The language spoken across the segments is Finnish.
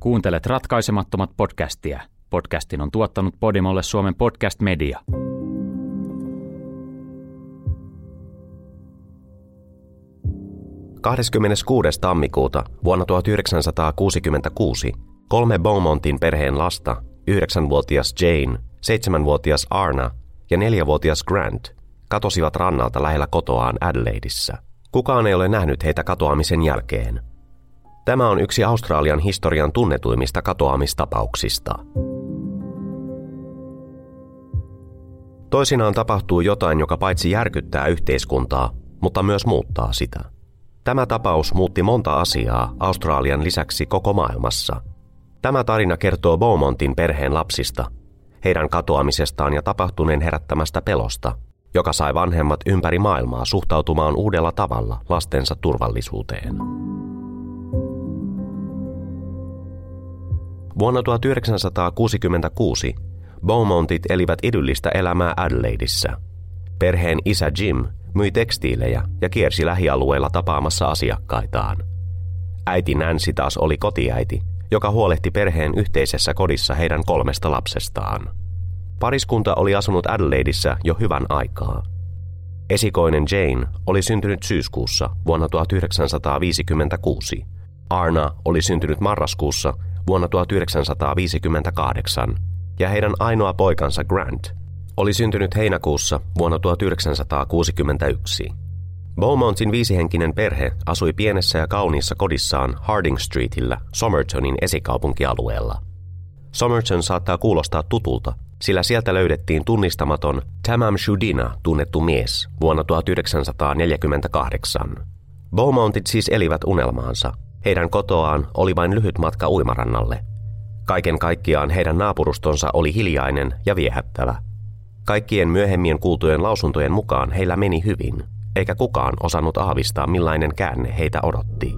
Kuuntelet Ratkaisemattomat podcastia. Podcastin on tuottanut Podimolle Suomen Podcast Media. – 26. tammikuuta vuonna 1966 3 Beaumontin perheen lasta, 9-vuotias Jane, 7-vuotias Arna ja 4-vuotias Grant, katosivat rannalta lähellä kotoaan Adelaideissa. Kukaan ei ole nähnyt heitä katoamisen jälkeen. Tämä on yksi Australian historian tunnetuimmista katoamistapauksista. Toisinaan tapahtuu jotain, joka paitsi järkyttää yhteiskuntaa, mutta myös muuttaa sitä. Tämä tapaus muutti monta asiaa Australian lisäksi koko maailmassa. Tämä tarina kertoo Beaumontin perheen lapsista, heidän katoamisestaan ja tapahtuneen herättämästä pelosta, joka sai vanhemmat ympäri maailmaa suhtautumaan uudella tavalla lastensa turvallisuuteen. Vuonna 1966 Beaumontit elivät idyllistä elämää Adelaideissa. Perheen isä Jim myi tekstiilejä ja kiersi lähialueilla tapaamassa asiakkaitaan. Äiti Nancy taas oli kotiäiti, joka huolehti perheen yhteisessä kodissa heidän 3 lapsestaan. Pariskunta oli asunut Adelaideissa jo hyvän aikaa. Esikoinen Jane oli syntynyt syyskuussa vuonna 1956. Arna oli syntynyt marraskuussa vuonna 1958 ja heidän ainoa poikansa Grant oli syntynyt heinäkuussa vuonna 1961. Beaumontin 5-henkinen perhe asui pienessä ja kauniissa kodissaan Harding Streetillä Somertonin esikaupunkialueella. Somerton saattaa kuulostaa tutulta, sillä sieltä löydettiin tunnistamaton Tamam Shudina tunnettu mies vuonna 1948. Beaumontit siis elivät unelmaansa. Heidän kotoaan oli vain lyhyt matka uimarannalle. Kaiken kaikkiaan heidän naapurustonsa oli hiljainen ja viehättävä. Kaikkien myöhemmien kuultujen lausuntojen mukaan heillä meni hyvin, eikä kukaan osannut aavistaa millainen käänne heitä odotti.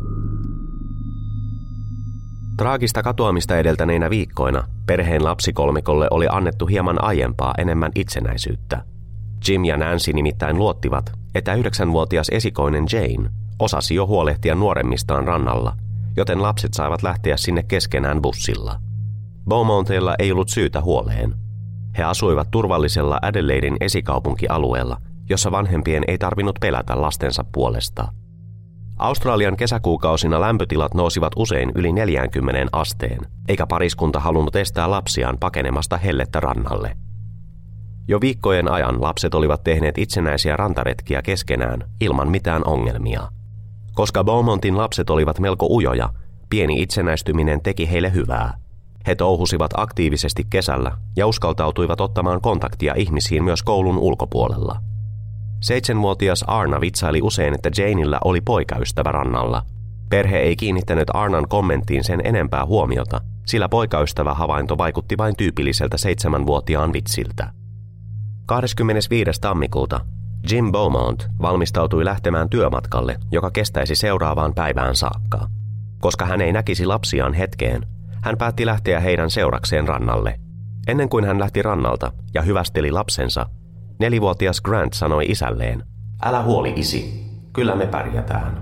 Traagista katoamista edeltäneinä viikkoina perheen lapsikolmikolle oli annettu hieman aiempaa enemmän itsenäisyyttä. Jim ja Nancy nimittäin luottivat, että 9-vuotias esikoinen Jane osasi jo huolehtia nuoremmistaan rannalla, joten lapset saivat lähteä sinne keskenään bussilla. Beaumonteilla ei ollut syytä huoleen. He asuivat turvallisella Adelaiden esikaupunkialueella, jossa vanhempien ei tarvinnut pelätä lastensa puolesta. Australian kesäkuukausina lämpötilat nousivat usein yli 40 asteen, eikä pariskunta halunnut estää lapsiaan pakenemasta hellettä rannalle. Jo viikkojen ajan lapset olivat tehneet itsenäisiä rantaretkiä keskenään ilman mitään ongelmia. Koska Beaumontin lapset olivat melko ujoja, pieni itsenäistyminen teki heille hyvää. He touhusivat aktiivisesti kesällä ja uskaltautuivat ottamaan kontaktia ihmisiin myös koulun ulkopuolella. 7-vuotias Arna vitsaili usein, että Janella oli poikaystävä rannalla. Perhe ei kiinnittänyt Arnan kommenttiin sen enempää huomiota, sillä poikaystävä havainto vaikutti vain tyypilliseltä 7-vuotiaan vitsiltä. 25. tammikuuta Jim Beaumont valmistautui lähtemään työmatkalle, joka kestäisi seuraavaan päivään saakka. Koska hän ei näkisi lapsiaan hetkeen, hän päätti lähteä heidän seurakseen rannalle. Ennen kuin hän lähti rannalta ja hyvästeli lapsensa, 4-vuotias Grant sanoi isälleen, "Älä huoli isi, kyllä me pärjätään."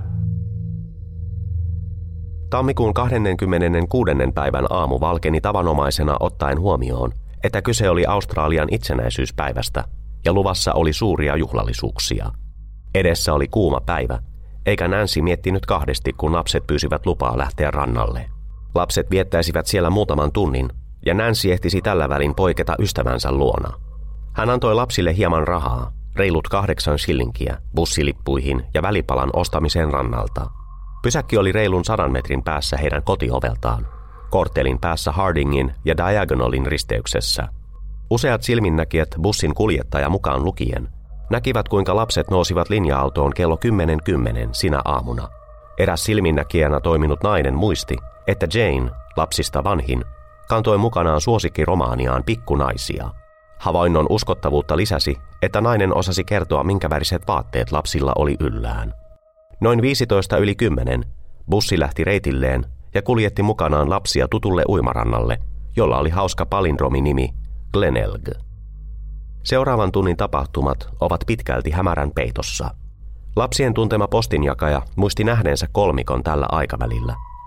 Tammikuun 26. päivän aamu valkeni tavanomaisena ottaen huomioon, että kyse oli Australian itsenäisyyspäivästä ja luvassa oli suuria juhlallisuuksia. Edessä oli kuuma päivä, eikä Nancy miettinyt kahdesti, kun lapset pyysivät lupaa lähteä rannalle. Lapset viettäisivät siellä muutaman tunnin, ja Nancy ehtisi tällä välin poiketa ystävänsä luona. Hän antoi lapsille hieman rahaa, reilut 8 shillingiä, bussilippuihin ja välipalan ostamiseen rannalta. Pysäkki oli reilun 100 metrin päässä heidän kotioveltaan, korttelin päässä Hardingin ja Diagonalin risteyksessä. Useat silminnäkijät, bussin kuljettaja mukaan lukien, näkivät kuinka lapset nousivat linja-autoon kello 10:10 sinä aamuna. Eräs silminnäkijänä toiminut nainen muisti, että Jane, lapsista vanhin, kantoi mukanaan suosikkiromaaniaan Pikkunaisia. Havainnon uskottavuutta lisäsi, että nainen osasi kertoa, minkä väriset vaatteet lapsilla oli yllään. Noin 10:15 bussi lähti reitilleen ja kuljetti mukanaan lapsia tutulle uimarannalle, jolla oli hauska palindrominimi Glenelg. Seuraavan tunnin tapahtumat ovat pitkälti hämärän peitossa. Lapsien tuntema postinjakaja muisti nähneensä kolmikon tällä aikavälillä.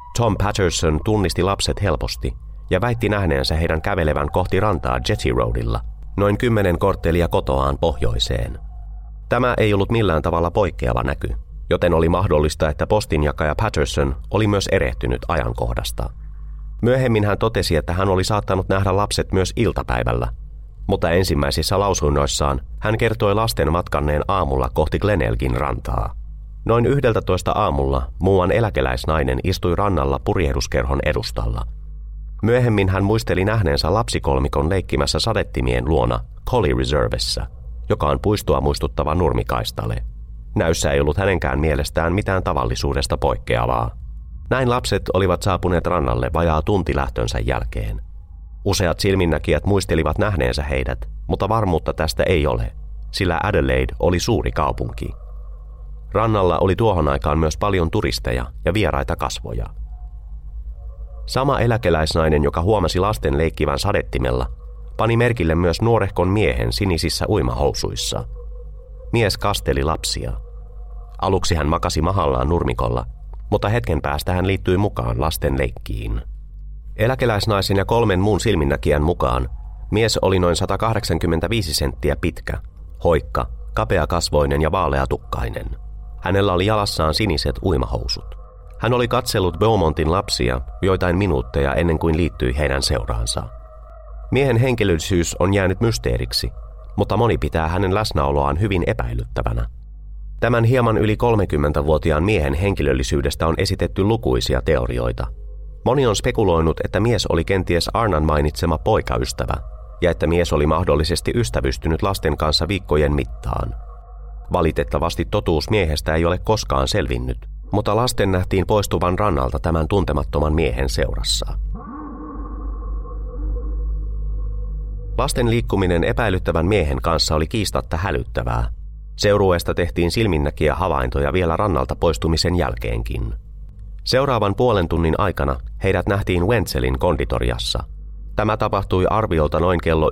Tom Patterson tunnisti lapset helposti ja väitti nähneensä heidän kävelevän kohti rantaa Jetty Roadilla, noin 10 korttelia kotoaan pohjoiseen. Tämä ei ollut millään tavalla poikkeava näky, joten oli mahdollista, että postinjakaja Patterson oli myös erehtynyt ajankohdasta. Myöhemmin hän totesi, että hän oli saattanut nähdä lapset myös iltapäivällä, mutta ensimmäisissä lausunnoissaan hän kertoi lasten matkanneen aamulla kohti Glenelgin rantaa. Noin 11 aamulla muuan eläkeläisnainen istui rannalla purjehduskerhon edustalla. Myöhemmin hän muisteli nähneensä lapsikolmikon leikkimässä sadettimien luona Collie Reservessä, joka on puistoa muistuttava nurmikaistale. Näyssä ei ollut hänenkään mielestään mitään tavallisuudesta poikkeavaa. Näin lapset olivat saapuneet rannalle vajaa tunti lähtönsä jälkeen. Useat silminnäkijät muistelivat nähneensä heidät, mutta varmuutta tästä ei ole, sillä Adelaide oli suuri kaupunki. Rannalla oli tuohon aikaan myös paljon turisteja ja vieraita kasvoja. Sama eläkeläisnainen, joka huomasi lasten leikkivän sadettimella, pani merkille myös nuorehkon miehen sinisissä uimahousuissa. Mies kasteli lapsia. Aluksi hän makasi mahallaan nurmikolla, mutta hetken päästä hän liittyi mukaan lasten leikkiin. Eläkeläisnaisen ja 3 muun silminnäkijän mukaan mies oli noin 185 senttiä pitkä, hoikka, kapeakasvoinen ja vaaleatukkainen. Hänellä oli jalassaan siniset uimahousut. Hän oli katsellut Beaumontin lapsia joitain minuutteja ennen kuin liittyi heidän seuraansa. Miehen henkilöllisyys on jäänyt mysteeriksi, mutta moni pitää hänen läsnäoloaan hyvin epäilyttävänä. Tämän hieman yli 30-vuotiaan miehen henkilöllisyydestä on esitetty lukuisia teorioita. Moni on spekuloinut, että mies oli kenties Arnan mainitsema poikaystävä ja että mies oli mahdollisesti ystävystynyt lasten kanssa viikkojen mittaan. Valitettavasti totuus miehestä ei ole koskaan selvinnyt, mutta lasten nähtiin poistuvan rannalta tämän tuntemattoman miehen seurassa. Lasten liikkuminen epäilyttävän miehen kanssa oli kiistatta hälyttävää. Seurueesta tehtiin silminnäkijä havaintoja vielä rannalta poistumisen jälkeenkin. Seuraavan puolen tunnin aikana heidät nähtiin Wenzelin konditoriassa. Tämä tapahtui arviolta noin kello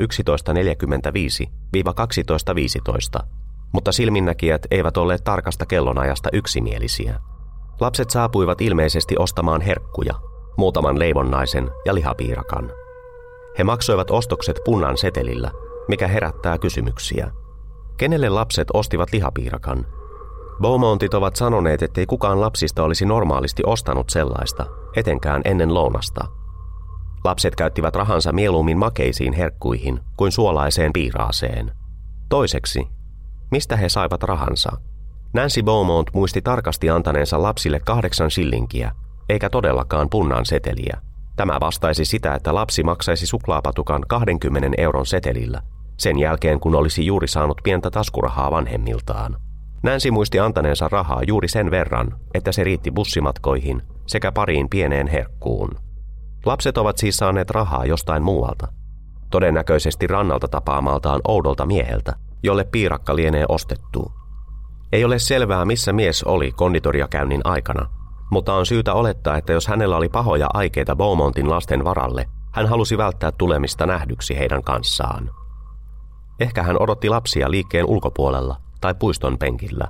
11.45–12.15, mutta silminnäkijät eivät olleet tarkasta kellonajasta yksimielisiä. Lapset saapuivat ilmeisesti ostamaan herkkuja, muutaman leivonnaisen ja lihapiirakan. He maksoivat ostokset punnan setelillä, mikä herättää kysymyksiä. Kenelle lapset ostivat lihapiirakan? Beaumontit ovat sanoneet, ettei kukaan lapsista olisi normaalisti ostanut sellaista, etenkään ennen lounasta. Lapset käyttivät rahansa mieluummin makeisiin herkkuihin kuin suolaiseen piiraaseen. Toiseksi, mistä he saivat rahansa? Nancy Beaumont muisti tarkasti antaneensa lapsille 8 shillingiä, eikä todellakaan punnan seteliä. Tämä vastaisi sitä, että lapsi maksaisi suklaapatukan 20 euron setelillä, sen jälkeen kun olisi juuri saanut pientä taskurahaa vanhemmiltaan. Nancy muisti antaneensa rahaa juuri sen verran, että se riitti bussimatkoihin sekä pariin pieneen herkkuun. Lapset ovat siis saaneet rahaa jostain muualta. Todennäköisesti rannalta tapaamaltaan oudolta mieheltä, jolle piirakka lienee ostettu. Ei ole selvää, missä mies oli konditoriakäynnin aikana, mutta on syytä olettaa, että jos hänellä oli pahoja aikeita Beaumontin lasten varalle, hän halusi välttää tulemista nähdyksi heidän kanssaan. Ehkä hän odotti lapsia liikkeen ulkopuolella tai puiston penkillä.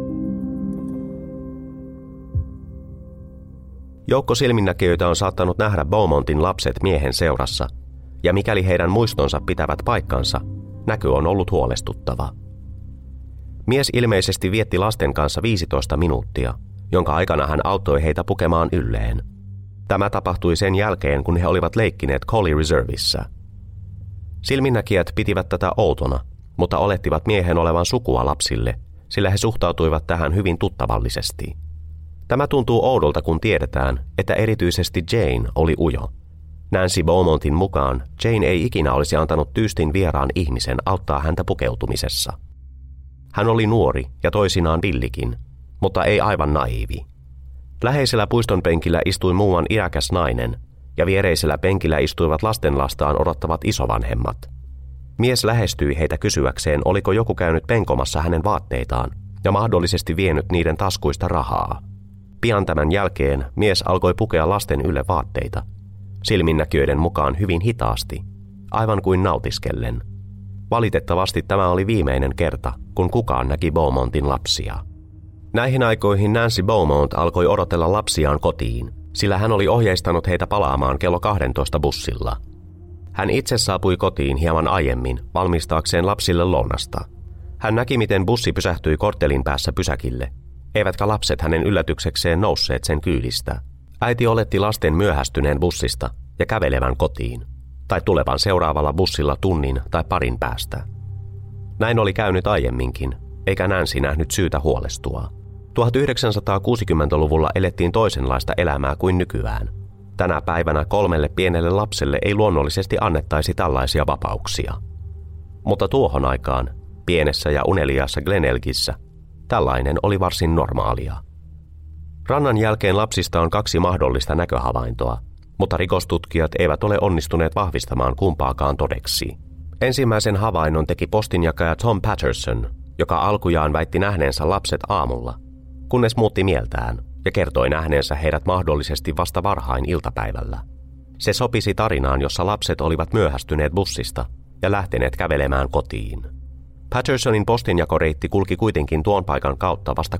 Joukko silminnäkijöitä on saattanut nähdä Beaumontin lapset miehen seurassa, ja mikäli heidän muistonsa pitävät paikkansa, näky on ollut huolestuttava. Mies ilmeisesti vietti lasten kanssa 15 minuuttia, jonka aikana hän auttoi heitä pukemaan ylleen. Tämä tapahtui sen jälkeen, kun he olivat leikkineet Collie Reservissä. Silminnäkijät pitivät tätä outona, mutta olettivat miehen olevan sukua lapsille, sillä he suhtautuivat tähän hyvin tuttavallisesti. Tämä tuntuu oudolta, kun tiedetään, että erityisesti Jane oli ujo. Nancy Beaumontin mukaan Jane ei ikinä olisi antanut tyystin vieraan ihmisen auttaa häntä pukeutumisessa. Hän oli nuori ja toisinaan villikin, mutta ei aivan naiivi. Läheisellä puiston penkillä istui muuan iäkäs nainen, ja viereisellä penkillä istuivat lastenlastaan odottavat isovanhemmat. Mies lähestyi heitä kysyäkseen, oliko joku käynyt penkomassa hänen vaatteitaan ja mahdollisesti vienyt niiden taskuista rahaa. Pian tämän jälkeen mies alkoi pukea lasten ylle vaatteita, silminnäkijöiden mukaan hyvin hitaasti, aivan kuin nautiskellen. Valitettavasti tämä oli viimeinen kerta, kun kukaan näki Beaumontin lapsia. Näihin aikoihin Nancy Beaumont alkoi odotella lapsiaan kotiin, sillä hän oli ohjeistanut heitä palaamaan kello 12 bussilla. Hän itse saapui kotiin hieman aiemmin valmistaakseen lapsille lounasta. Hän näki, miten bussi pysähtyi korttelin päässä pysäkille, eivätkä lapset hänen yllätyksekseen nousseet sen kyydistä. Äiti oletti lasten myöhästyneen bussista ja kävelevän kotiin, tai tulevan seuraavalla bussilla tunnin tai parin päästä. Näin oli käynyt aiemminkin, eikä Nancy nähnyt syytä huolestua. 1960-luvulla elettiin toisenlaista elämää kuin nykyään. Tänä päivänä 3 pienelle lapselle ei luonnollisesti annettaisi tällaisia vapauksia. Mutta tuohon aikaan, pienessä ja uneliaassa Glenelgissä, tällainen oli varsin normaalia. Rannan jälkeen lapsista on 2 mahdollista näköhavaintoa, mutta rikostutkijat eivät ole onnistuneet vahvistamaan kumpaakaan todeksi. Ensimmäisen havainnon teki postinjakaja Tom Patterson, joka alkujaan väitti nähneensä lapset aamulla, kunnes muutti mieltään ja kertoi nähneensä heidät mahdollisesti vasta varhain iltapäivällä. Se sopisi tarinaan, jossa lapset olivat myöhästyneet bussista ja lähteneet kävelemään kotiin. Pattersonin postinjakoreitti kulki kuitenkin tuon paikan kautta vasta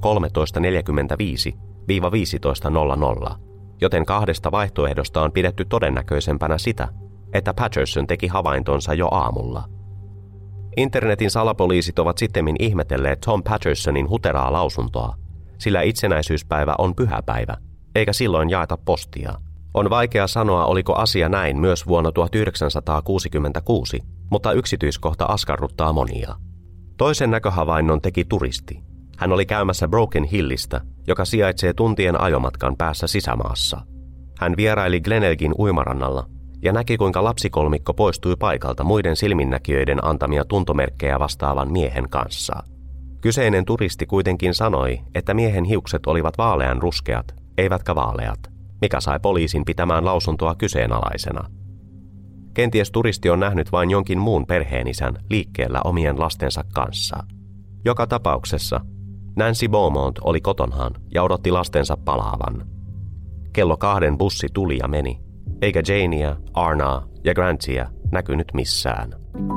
13.45–15.00, joten 2 vaihtoehdosta on pidetty todennäköisempänä sitä, että Patterson teki havaintonsa jo aamulla. Internetin salapoliisit ovat sittemmin ihmetelleet Tom Pattersonin huteraa lausuntoa, sillä itsenäisyyspäivä on pyhäpäivä, eikä silloin jaeta postia. On vaikea sanoa, oliko asia näin myös vuonna 1966, mutta yksityiskohta askarruttaa monia. Toisen näköhavainnon teki turisti. Hän oli käymässä Broken Hillistä, joka sijaitsee tuntien ajomatkan päässä sisämaassa. Hän vieraili Glenelgin uimarannalla ja näki, kuinka lapsikolmikko poistui paikalta muiden silminnäkijöiden antamia tuntomerkkejä vastaavan miehen kanssa. Kyseinen turisti kuitenkin sanoi, että miehen hiukset olivat vaalean ruskeat, eivätkä vaaleat, mikä sai poliisin pitämään lausuntoa kyseenalaisena. Kenties turisti on nähnyt vain jonkin muun perheenisän liikkeellä omien lastensa kanssa. Joka tapauksessa Nancy Beaumont oli kotonaan ja odotti lastensa palaavan. Kello 2 bussi tuli ja meni, eikä Janea, Arnaa ja Grantia näkynyt missään.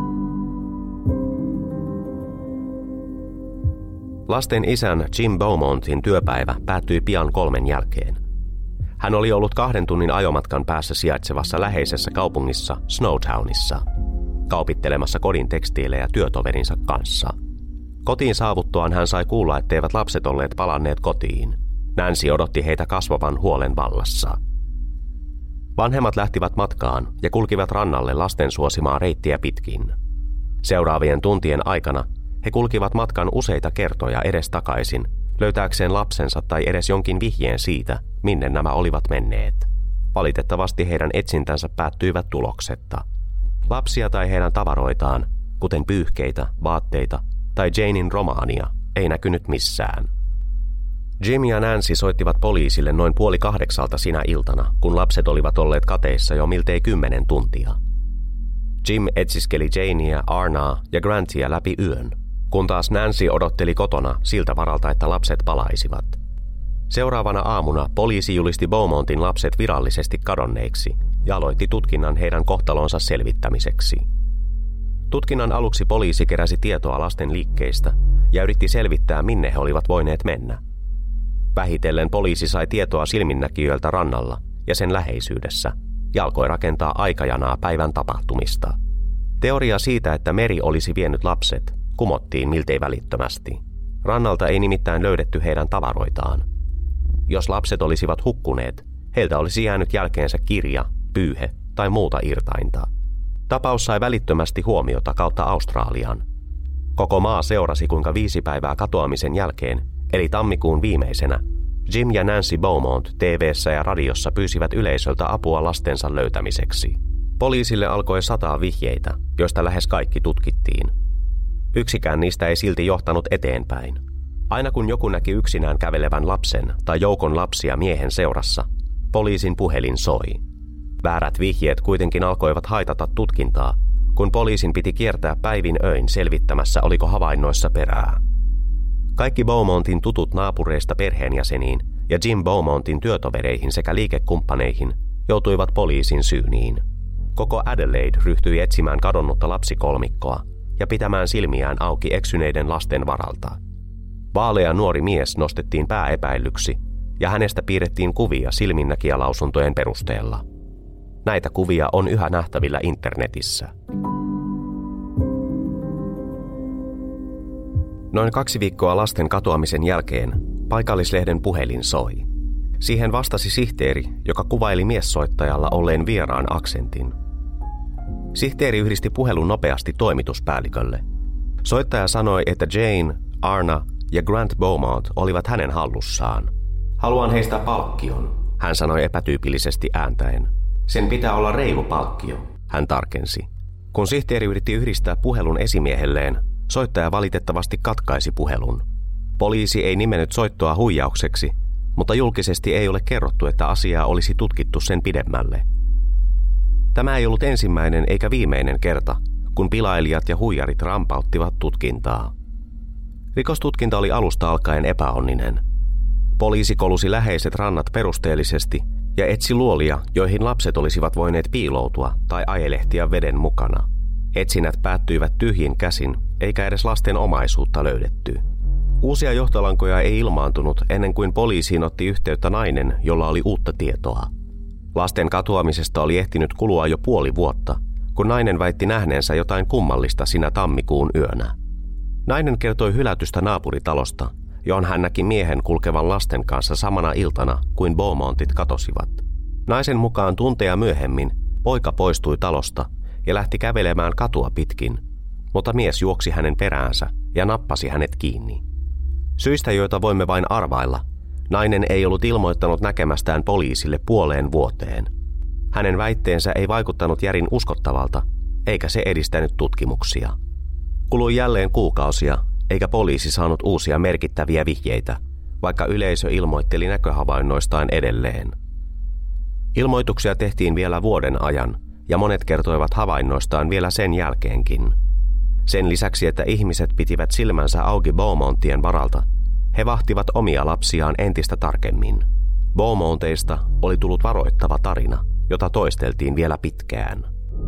Lasten isän Jim Beaumontin työpäivä päättyi pian 3 jälkeen. Hän oli ollut 2 tunnin ajomatkan päässä sijaitsevassa läheisessä kaupungissa Snowtownissa, kaupittelemassa kodin tekstiilejä työtoverinsa kanssa. Kotiin saavuttuaan hän sai kuulla, etteivät lapset olleet palanneet kotiin. Nancy odotti heitä kasvavan huolen vallassa. Vanhemmat lähtivät matkaan ja kulkivat rannalle lasten suosimaa reittiä pitkin. Seuraavien tuntien aikana he kulkivat matkan useita kertoja edestakaisin, löytääkseen lapsensa tai edes jonkin vihjeen siitä, minne nämä olivat menneet. Valitettavasti heidän etsintänsä päättyivät tuloksetta. Lapsia tai heidän tavaroitaan, kuten pyyhkeitä, vaatteita tai Janein romaania, ei näkynyt missään. Jim ja Nancy soittivat poliisille noin 7:30 sinä iltana, kun lapset olivat olleet kateissa jo miltei 10 tuntia. Jim etsiskeli Janea, Arnaa ja Grantia läpi yön, kun taas Nancy odotteli kotona siltä varalta, että lapset palaisivat. Seuraavana aamuna poliisi julisti Beaumontin lapset virallisesti kadonneiksi ja aloitti tutkinnan heidän kohtalonsa selvittämiseksi. Tutkinnan aluksi poliisi keräsi tietoa lasten liikkeistä ja yritti selvittää, minne he olivat voineet mennä. Vähitellen poliisi sai tietoa silminnäkijöiltä rannalla ja sen läheisyydessä ja alkoi rakentaa aikajanaa päivän tapahtumista. Teoria siitä, että meri olisi vienyt lapset, kumottiin miltei välittömästi. Rannalta ei nimittäin löydetty heidän tavaroitaan. Jos lapset olisivat hukkuneet, heiltä olisi jäänyt jälkeensä kirja, pyyhe tai muuta irtainta. Tapaus sai välittömästi huomiota kautta Australian. Koko maa seurasi, kuinka 5 päivää katoamisen jälkeen, eli tammikuun viimeisenä, Jim ja Nancy Beaumont TV:ssä ja radiossa pyysivät yleisöltä apua lastensa löytämiseksi. Poliisille alkoi 100 vihjeitä, joista lähes kaikki tutkittiin. Yksikään niistä ei silti johtanut eteenpäin. Aina kun joku näki yksinään kävelevän lapsen tai joukon lapsia miehen seurassa, poliisin puhelin soi. Väärät vihjeet kuitenkin alkoivat haitata tutkintaa, kun poliisin piti kiertää päivin öin selvittämässä, oliko havainnoissa perää. Kaikki Beaumontin tutut naapureista perheenjäseniin ja Jim Beaumontin työtovereihin sekä liikekumppaneihin joutuivat poliisin syyniin. Koko Adelaide ryhtyi etsimään kadonnutta lapsikolmikkoa ja pitämään silmiään auki eksyneiden lasten varalta. Vaalea nuori mies nostettiin pääepäillyksi ja hänestä piirrettiin kuvia silminnäkijälausuntojen perusteella. Näitä kuvia on yhä nähtävillä internetissä. Noin 2 viikkoa lasten katoamisen jälkeen paikallislehden puhelin soi. Siihen vastasi sihteeri, joka kuvaili miessoittajalla olleen vieraan aksentin. Sihteeri yhdisti puhelun nopeasti toimituspäällikölle. Soittaja sanoi, että Jane, Arna ja Grant Beaumont olivat hänen hallussaan. Haluan heistä palkkion, hän sanoi epätyypillisesti ääntäen. Sen pitää olla reilu palkkio, hän tarkensi. Kun sihteeri yritti yhdistää puhelun esimiehelleen, soittaja valitettavasti katkaisi puhelun. Poliisi ei nimennyt soittoa huijaukseksi, mutta julkisesti ei ole kerrottu, että asiaa olisi tutkittu sen pidemmälle. Tämä ei ollut ensimmäinen eikä viimeinen kerta, kun pilailijat ja huijarit rampauttivat tutkintaa. Rikostutkinta oli alusta alkaen epäonninen. Poliisi kolusi läheiset rannat perusteellisesti ja etsi luolia, joihin lapset olisivat voineet piiloutua tai ajelehtiä veden mukana. Etsinnät päättyivät tyhjin käsin, eikä edes lasten omaisuutta löydetty. Uusia johtolankoja ei ilmaantunut ennen kuin poliisiin otti yhteyttä nainen, jolla oli uutta tietoa. Lasten katoamisesta oli ehtinyt kulua jo puoli vuotta, kun nainen väitti nähneensä jotain kummallista sinä tammikuun yönä. Nainen kertoi hylätystä naapuritalosta, johon hän näki miehen kulkevan lasten kanssa samana iltana kuin Beaumontit katosivat. Naisen mukaan tunteja myöhemmin poika poistui talosta ja lähti kävelemään katua pitkin, mutta mies juoksi hänen peräänsä ja nappasi hänet kiinni. Syistä, joita voimme vain arvailla, nainen ei ollut ilmoittanut näkemästään poliisille puoleen vuoteen. Hänen väitteensä ei vaikuttanut järin uskottavalta, eikä se edistänyt tutkimuksia. Kului jälleen kuukausia, eikä poliisi saanut uusia merkittäviä vihjeitä, vaikka yleisö ilmoitteli näköhavainnoistaan edelleen. Ilmoituksia tehtiin vielä vuoden ajan, ja monet kertoivat havainnoistaan vielä sen jälkeenkin. Sen lisäksi, että ihmiset pitivät silmänsä auki Beaumontien varalta, he vahtivat omia lapsiaan entistä tarkemmin. Beaumonteista oli tullut varoittava tarina, jota toisteltiin vielä pitkään.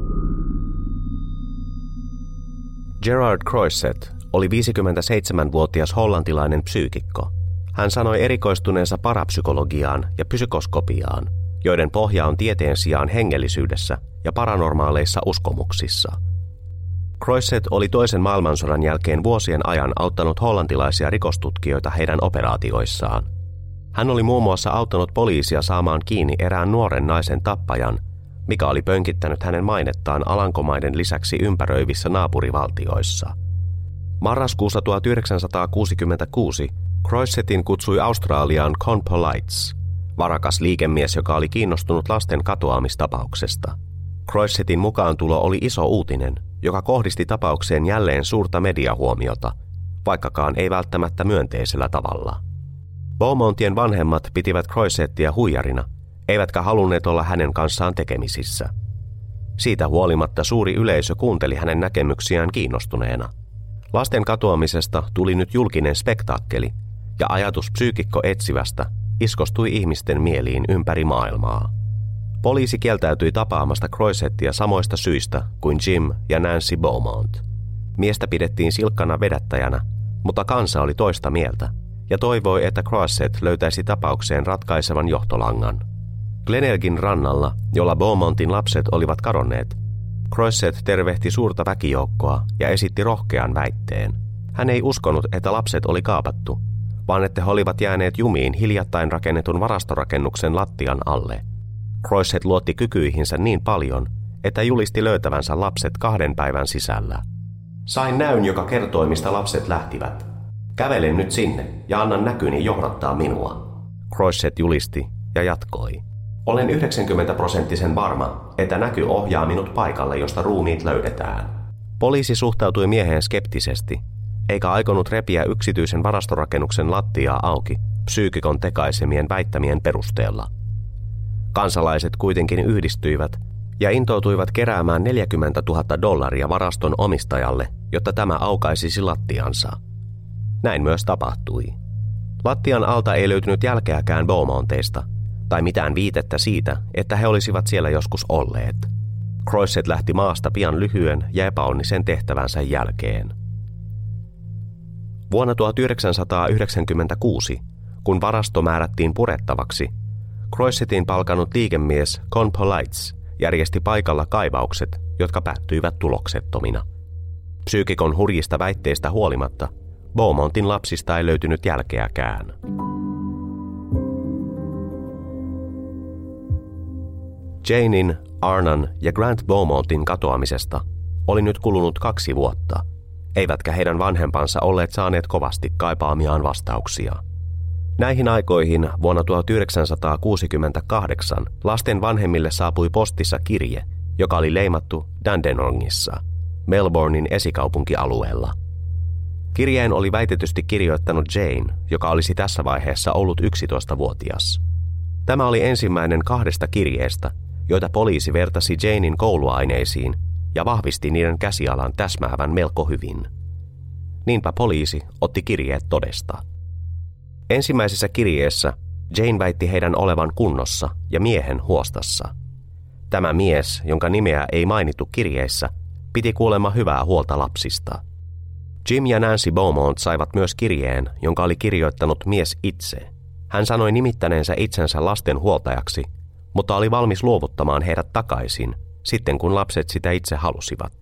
Gerard Croisset oli 57-vuotias hollantilainen psyykikko. Hän sanoi erikoistuneensa parapsykologiaan ja psykoskopiaan, joiden pohja on tieteen sijaan hengellisyydessä ja paranormaaleissa uskomuksissa. Croisset oli toisen maailmansodan jälkeen vuosien ajan auttanut hollantilaisia rikostutkijoita heidän operaatioissaan. Hän oli muun muassa auttanut poliisia saamaan kiinni erään nuoren naisen tappajan, mikä oli pönkittänyt hänen mainettaan Alankomaiden lisäksi ympäröivissä naapurivaltioissa. Marraskuussa 1966 Croissetin kutsui Australiaan Con Polites, varakas liikemies, joka oli kiinnostunut lasten katoamistapauksesta. Croissetin mukaantulo oli iso uutinen, joka kohdisti tapaukseen jälleen suurta mediahuomiota, vaikkakaan ei välttämättä myönteisellä tavalla. Beaumontien vanhemmat pitivät Croissettia huijarina, eivätkä halunneet olla hänen kanssaan tekemisissä. Siitä huolimatta suuri yleisö kuunteli hänen näkemyksiään kiinnostuneena. Lasten katoamisesta tuli nyt julkinen spektaakkeli, ja ajatus psyykikko etsivästä iskostui ihmisten mieliin ympäri maailmaa. Poliisi kieltäytyi tapaamasta Croissettia samoista syistä kuin Jim ja Nancy Beaumont. Miestä pidettiin silkkana vedättäjänä, mutta kansa oli toista mieltä ja toivoi, että Croisset löytäisi tapaukseen ratkaisevan johtolangan. Glenelgin rannalla, jolla Beaumontin lapset olivat kadonneet, Croisset tervehti suurta väkijoukkoa ja esitti rohkean väitteen. Hän ei uskonut, että lapset oli kaapattu, vaan että he olivat jääneet jumiin hiljattain rakennetun varastorakennuksen lattian alle. Croisset luotti kykyihinsä niin paljon, että julisti löytävänsä lapset 2 päivän sisällä. Sain näyn, joka kertoi, mistä lapset lähtivät. Kävelen nyt sinne ja annan näkyni johdattaa minua. Croisset julisti ja jatkoi. Olen 90% varma, että näky ohjaa minut paikalle, josta ruumiit löydetään. Poliisi suhtautui mieheen skeptisesti, eikä aikonut repiä yksityisen varastorakennuksen lattiaa auki psyykikon tekaisemien väittämien perusteella. Kansalaiset kuitenkin yhdistyivät ja intoutuivat keräämään $40,000 varaston omistajalle, jotta tämä aukaisisi lattiansa. Näin myös tapahtui. Lattian alta ei löytynyt jälkeäkään Beaumonteista tai mitään viitettä siitä, että he olisivat siellä joskus olleet. Croisset lähti maasta pian lyhyen ja epäonnisen tehtävänsä jälkeen. Vuonna 1996 kun varasto määrättiin purettavaksi, Croissettin palkanut liikemies Con Polites järjesti paikalla kaivaukset, jotka päättyivät tuloksettomina. Psyykikon hurjista väitteistä huolimatta, Beaumontin lapsista ei löytynyt jälkeäkään. Janen, Arnan ja Grant Beaumontin katoamisesta oli nyt kulunut 2 vuotta, eivätkä heidän vanhempansa olleet saaneet kovasti kaipaamiaan vastauksia. Näihin aikoihin vuonna 1968 lasten vanhemmille saapui postissa kirje, joka oli leimattu Dandenongissa, Melbournein esikaupunkialueella. Kirjeen oli väitetysti kirjoittanut Jane, joka olisi tässä vaiheessa ollut 11-vuotias. Tämä oli ensimmäinen 2 kirjeestä, joita poliisi vertasi Janen kouluaineisiin ja vahvisti niiden käsialan täsmäävän melko hyvin. Niinpä poliisi otti kirjeet todesta. Ensimmäisessä kirjeessä Jane väitti heidän olevan kunnossa ja miehen huostassa. Tämä mies, jonka nimeä ei mainittu kirjeissä, piti kuulemma hyvää huolta lapsista. Jim ja Nancy Beaumont saivat myös kirjeen, jonka oli kirjoittanut mies itse. Hän sanoi nimittäneensä itsensä lasten huoltajaksi, mutta oli valmis luovuttamaan heidät takaisin, sitten kun lapset sitä itse halusivat.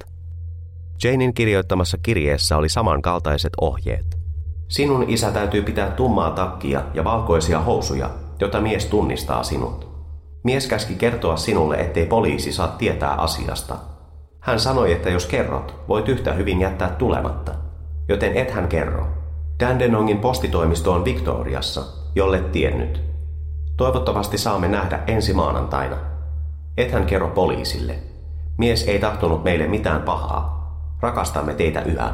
Janen kirjoittamassa kirjeessä oli samankaltaiset ohjeet. Sinun isä täytyy pitää tummaa takkia ja valkoisia housuja, jotta mies tunnistaa sinut. Mies käski kertoa sinulle, ettei poliisi saa tietää asiasta. Hän sanoi, että jos kerrot, voit yhtä hyvin jättää tulematta, joten et hän kerro. Dandenongin postitoimisto on Victoriassa, jolle tiennyt. Toivottavasti saamme nähdä ensi maanantaina. Et hän kerro poliisille. Mies ei tahtonut meille mitään pahaa. Rakastamme teitä yhä.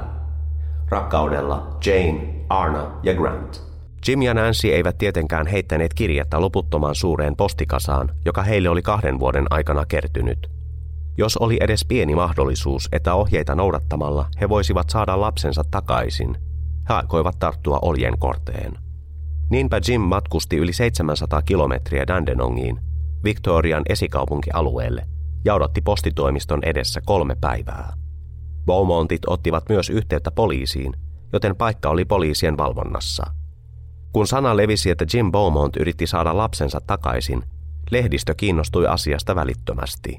Rakkaudella Jane, Arna ja Grant. Jim ja Nancy eivät tietenkään heittäneet kirjettä loputtoman suureen postikasaan, joka heille oli 2 vuoden aikana kertynyt. Jos oli edes pieni mahdollisuus, että ohjeita noudattamalla he voisivat saada lapsensa takaisin, he aikoivat tarttua oljenkorteen. Niinpä Jim matkusti yli 700 kilometriä Dandenongiin, Victorian esikaupunkialueelle, ja odotti postitoimiston edessä 3 päivää. Beaumontit ottivat myös yhteyttä poliisiin, joten paikka oli poliisien valvonnassa. Kun sana levisi, että Jim Beaumont yritti saada lapsensa takaisin, lehdistö kiinnostui asiasta välittömästi.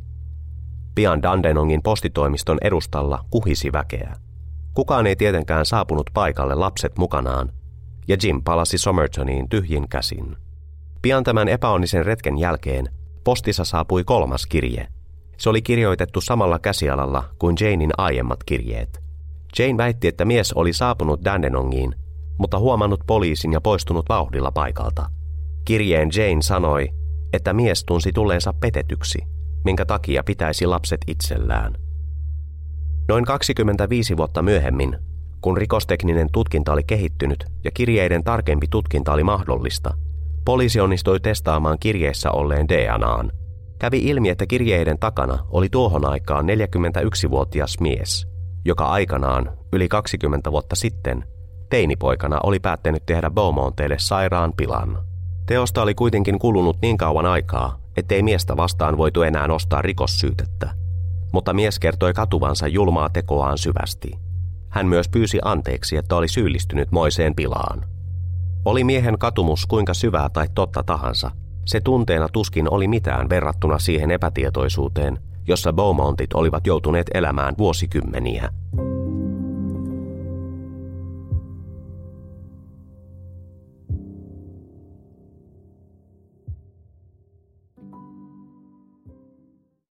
Pian Dandenongin postitoimiston edustalla kuhisi väkeä. Kukaan ei tietenkään saapunut paikalle lapset mukanaan, ja Jim palasi Somertoniin tyhjin käsin. Pian tämän epäonnisen retken jälkeen postissa saapui 3. kirje. Se oli kirjoitettu samalla käsialalla kuin Janen aiemmat kirjeet. Jane väitti, että mies oli saapunut Dandenongiin, mutta huomannut poliisin ja poistunut vauhdilla paikalta. Kirjeen Jane sanoi, että mies tunsi tulleensa petetyksi, minkä takia pitäisi lapset itsellään. Noin 25 vuotta myöhemmin, kun rikostekninen tutkinta oli kehittynyt ja kirjeiden tarkempi tutkinta oli mahdollista, poliisi onnistui testaamaan kirjeissä olleen DNAn. Kävi ilmi, että kirjeiden takana oli tuohon aikaan 41-vuotias mies, joka aikanaan, yli 20 vuotta sitten, teinipoikana oli päättänyt tehdä Beaumonteille sairaan pilan. Teosta oli kuitenkin kulunut niin kauan aikaa, ettei miestä vastaan voitu enää nostaa rikossyytettä. Mutta mies kertoi katuvansa julmaa tekoaan syvästi. Hän myös pyysi anteeksi, että oli syyllistynyt moiseen pilaan. Oli miehen katumus kuinka syvää tai totta tahansa, se tunteena tuskin oli mitään verrattuna siihen epätietoisuuteen, jossa Beaumontit olivat joutuneet elämään vuosikymmeniä.